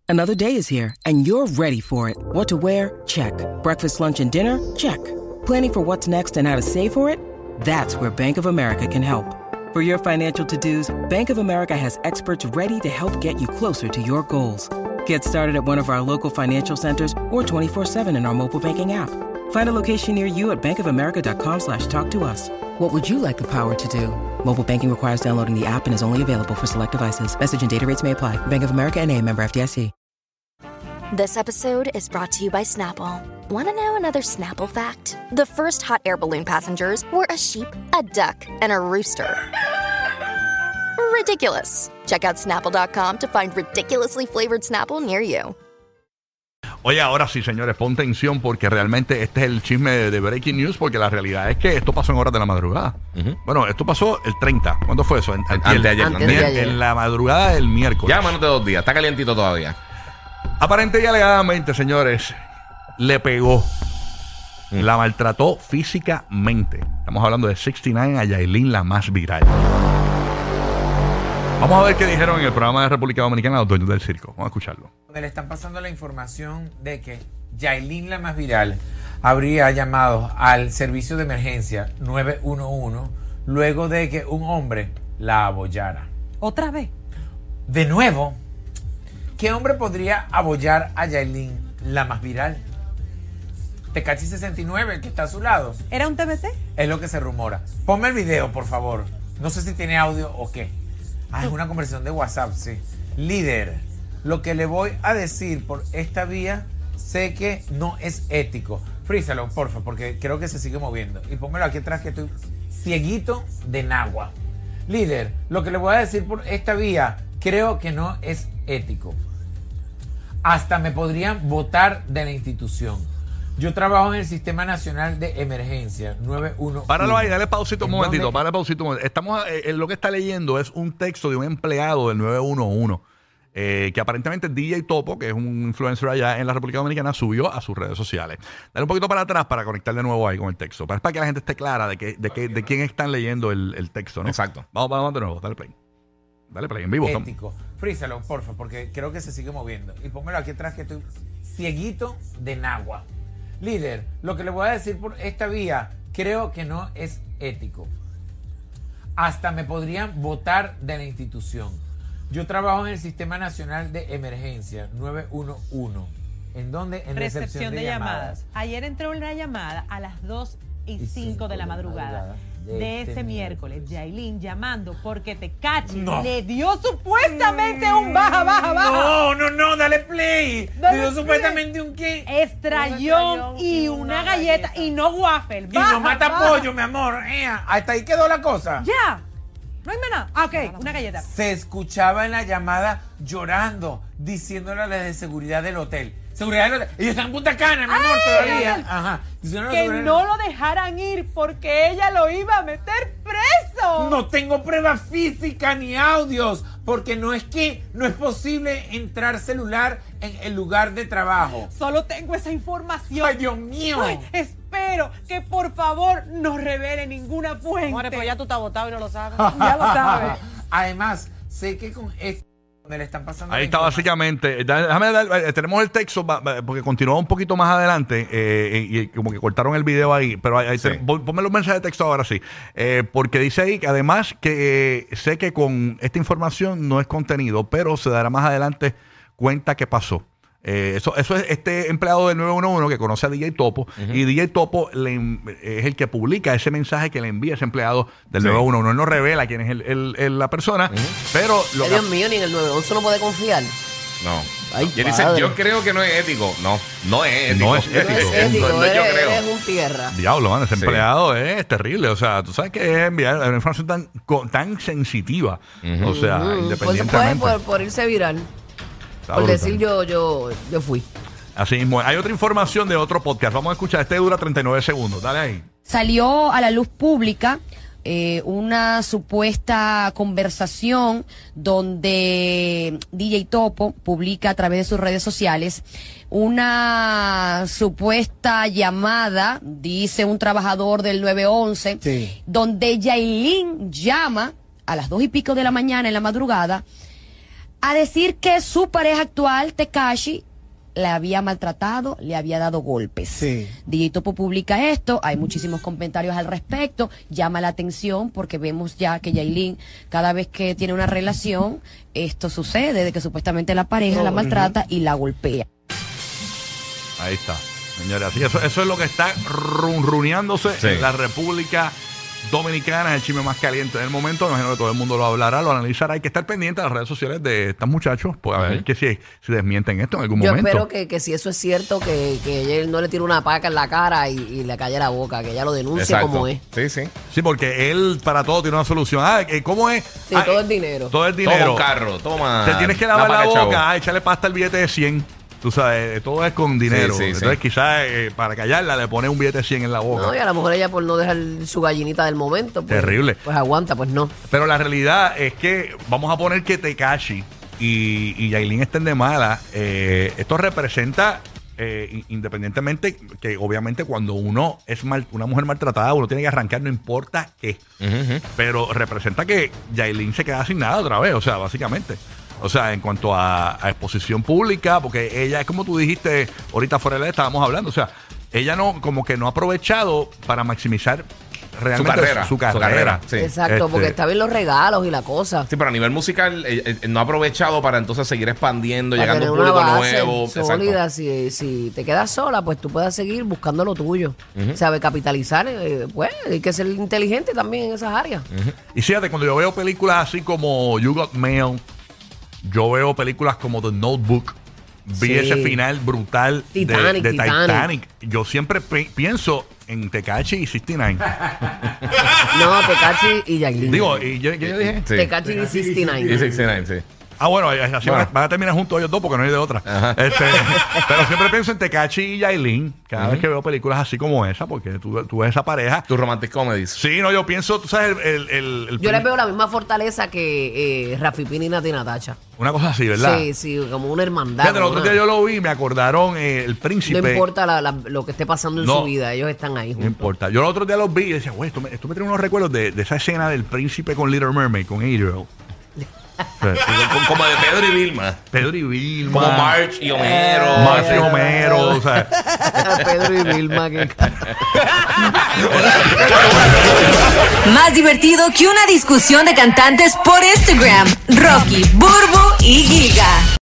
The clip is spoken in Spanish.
Another day is here, and you're ready for it. What to wear? Check. Breakfast, lunch, and dinner? Check. Planning for what's next and how to save for it? That's where Bank of America can help. For your financial to-dos, Bank of America has experts ready to help get you closer to your goals. Get started at one of our local financial centers or 24/7 in our mobile banking app. Find a location near you at bankofamerica.com/talktous. What would you like the power to do? Mobile banking requires downloading the app and is only available for select devices. Message and data rates may apply. Bank of America NA, member FDIC. This episode is brought to you by Snapple. Want to know another Snapple fact? The first hot air balloon passengers were a sheep, a duck, and a rooster. Ridiculous. Check out Snapple.com to find ridiculously flavored Snapple near you. Oye, ahora sí, señores, pon tensión porque realmente este es el chisme de Breaking News, porque la realidad es que esto pasó en horas de la madrugada. Bueno, esto pasó el 30. ¿Cuándo fue eso? Anteayer. En la madrugada del miércoles. Ya menos de 2 días. Está calientito todavía. Aparente y alegadamente, señores, le pegó. La maltrató físicamente. Estamos hablando de 69 a Yailin, la más viral. Vamos a ver qué dijeron en el programa de República Dominicana los dueños del circo. Vamos a escucharlo. Le están pasando la información de que Yailin, la más viral, habría llamado al servicio de emergencia 911 luego de que un hombre la abollara. ¿Otra vez? De nuevo, ¿qué hombre podría abollar a Yailin, la más viral? Tecachi 69, el que está a su lado. ¿Era un TBT? Es lo que se rumora. Ponme el video, por favor. No sé si tiene audio o qué. Ah, es una conversación de WhatsApp, sí. Líder, lo que le voy a decir por esta vía, sé que no es ético. Frízalo, porfa, porque creo que se sigue moviendo. Y pónmelo aquí atrás que estoy cieguito de nagua. Líder, lo que le voy a decir por esta vía, creo que no es ético. Hasta me podrían votar de la institución. Yo trabajo en el Sistema Nacional de Emergencia 911. Páralo ahí, dale pausito un momentito. Estamos, lo que está leyendo es un texto de un empleado del 911 que aparentemente DJ Topo, que es un influencer allá en la República Dominicana, subió a sus redes sociales. Dale un poquito para atrás para conectar de nuevo ahí con el texto. Para que la gente esté clara de quién están leyendo el texto, ¿no? Exacto. Vamos de nuevo, dale play. Dale play, en vivo. Ético. Frízalo, porfa, porque creo que se sigue moviendo. Y pónmelo aquí atrás que estoy cieguito de nagua. Líder, lo que le voy a decir por esta vía, creo que no es ético. Hasta me podrían votar de la institución. Yo trabajo en el Sistema Nacional de Emergencia 911. ¿En dónde? En recepción de llamadas. Ayer entró una llamada a las 2:05 de la madrugada de este miércoles. Yailin llamando porque Tecachi le dio supuestamente un baja. No, dale play. ¿Le dio supuestamente un qué? Estrellón y una galleta y no waffle. Y no mata pollo, mi amor. Hasta ahí quedó la cosa. Ya. No hay más nada. Ah, ok, una galleta. Se escuchaba en la llamada llorando, diciéndole a la de seguridad del hotel. Seguridad del hotel. Ellos están en Punta Cana, mi amor, todavía. Ajá. Que no lo dejaran ir porque ella lo iba a meter preso. No tengo pruebas físicas ni audios, porque no es posible entrar celular en el lugar de trabajo. Solo tengo esa información. ¡Ay, Dios mío! Ay, espero que por favor no revele ninguna fuente. More, pero ya tú estás votado y no lo sabes. Ya lo sabes. Además, sé que con esto le están pasando. Ahí está básicamente. Déjame dar, tenemos el texto porque continúa un poquito más adelante y como que cortaron el video ahí, pero ponme los mensajes de texto ahora sí, porque dice ahí que además que sé que con esta información no es contenido, pero se dará más adelante cuenta qué pasó. Eso es este empleado del 911 que conoce a DJ Topo, y DJ Topo es el que publica ese mensaje que le envía ese empleado del 911. Él no revela quién es la persona, pero Dios mío, ni en el 911 no puede confiar. No. Ay, y dice, yo creo que no es ético. No es ético. No es ético, yo creo. eres un tierra. Diablo, man, ese empleado es terrible. O sea, tú sabes que es enviar una información tan sensitiva. O sea, independientemente. Pues por irse viral. Por decir yo fui. Así mismo. Hay otra información de otro podcast. Vamos a escuchar. Este dura 39 segundos. Dale ahí. Salió a la luz pública una supuesta conversación donde DJ Topo publica a través de sus redes sociales una supuesta llamada, dice un trabajador del 911, donde Yailin llama a las 2:00 y pico de la mañana en la madrugada a decir que su pareja actual, Tekashi, le había maltratado, le había dado golpes. Sí. DJ Topo publica esto, hay muchísimos comentarios al respecto, llama la atención porque vemos ya que Yailin, cada vez que tiene una relación, esto sucede, de que supuestamente la pareja la maltrata y la golpea. Ahí está, señores. Así eso es lo que está runruneándose en la República Dominicana, es el chisme más caliente del momento. Me imagino que todo el mundo lo hablará, lo analizará. Hay que estar pendiente de las redes sociales de estos muchachos, pues a ver que si desmienten esto en algún momento. Yo espero que si eso es cierto, que él no le tire una paca en la cara y le calle la boca, que ella lo denuncie como es. Sí, porque él para todo tiene una solución. ¿Cómo es? Sí, todo el dinero. Todo el dinero. Toma un carro, toma. Te tienes que lavar la boca, échale pasta al billete de 100. Tú sabes, todo es con dinero. Entonces quizás para callarla le pone un billete de 100 en la boca. No, y a lo mejor ella por no dejar su gallinita del momento. Pues, terrible. Pues aguanta, pues no. Pero la realidad es que vamos a poner que Tekashi y Yailin estén de mala. Esto representa, independientemente que obviamente cuando uno es una mujer maltratada, uno tiene que arrancar no importa qué. Pero representa que Yailin se queda sin nada otra vez, o sea, básicamente. O sea, en cuanto a exposición pública, porque ella es como tú dijiste ahorita fuera de la estábamos hablando, o sea, ella no como que no ha aprovechado para maximizar realmente su carrera. Sí. Exacto, porque está bien los regalos y la cosa. Sí, pero a nivel musical no ha aprovechado para entonces seguir expandiendo, para llegando a un público base nuevo. Sólida, si te quedas sola, pues tú puedes seguir buscando lo tuyo. Sabe capitalizar, pues hay que ser inteligente también en esas áreas. Y fíjate, cuando yo veo películas así como You Got Mail, yo veo películas como The Notebook, vi ese final brutal de Titanic. Yo siempre pienso en Tekashi y 69. No, Tekashi y Yailin. Digo, y yo dije Tekashi y 69. Y 69, sí. Ah, bueno, así van a terminar juntos ellos dos porque no hay de otra. Pero siempre pienso en Tekashi y Yailin cada vez que veo películas así como esa, porque tú ves esa pareja. Tus romantic comedies. Sí, no, yo pienso, tú sabes, yo les veo la misma fortaleza que Rafi Pina y Nati Natacha. Una cosa así, ¿verdad? Sí, como una hermandad. Fíjate, el otro día yo lo vi, me acordaron el príncipe. No importa lo que esté pasando en su vida, ellos están ahí juntos. No importa. Yo el otro día los vi y decía, güey, esto me trae unos recuerdos de esa escena del príncipe con Little Mermaid, con Ariel. Como de Pedro y Vilma. Pedro y Vilma. Como Marge y Homero. Marge y Homero. O sea. Pedro y Vilma. Más divertido que una discusión de cantantes por Instagram. Rocky, Burbu y Giga.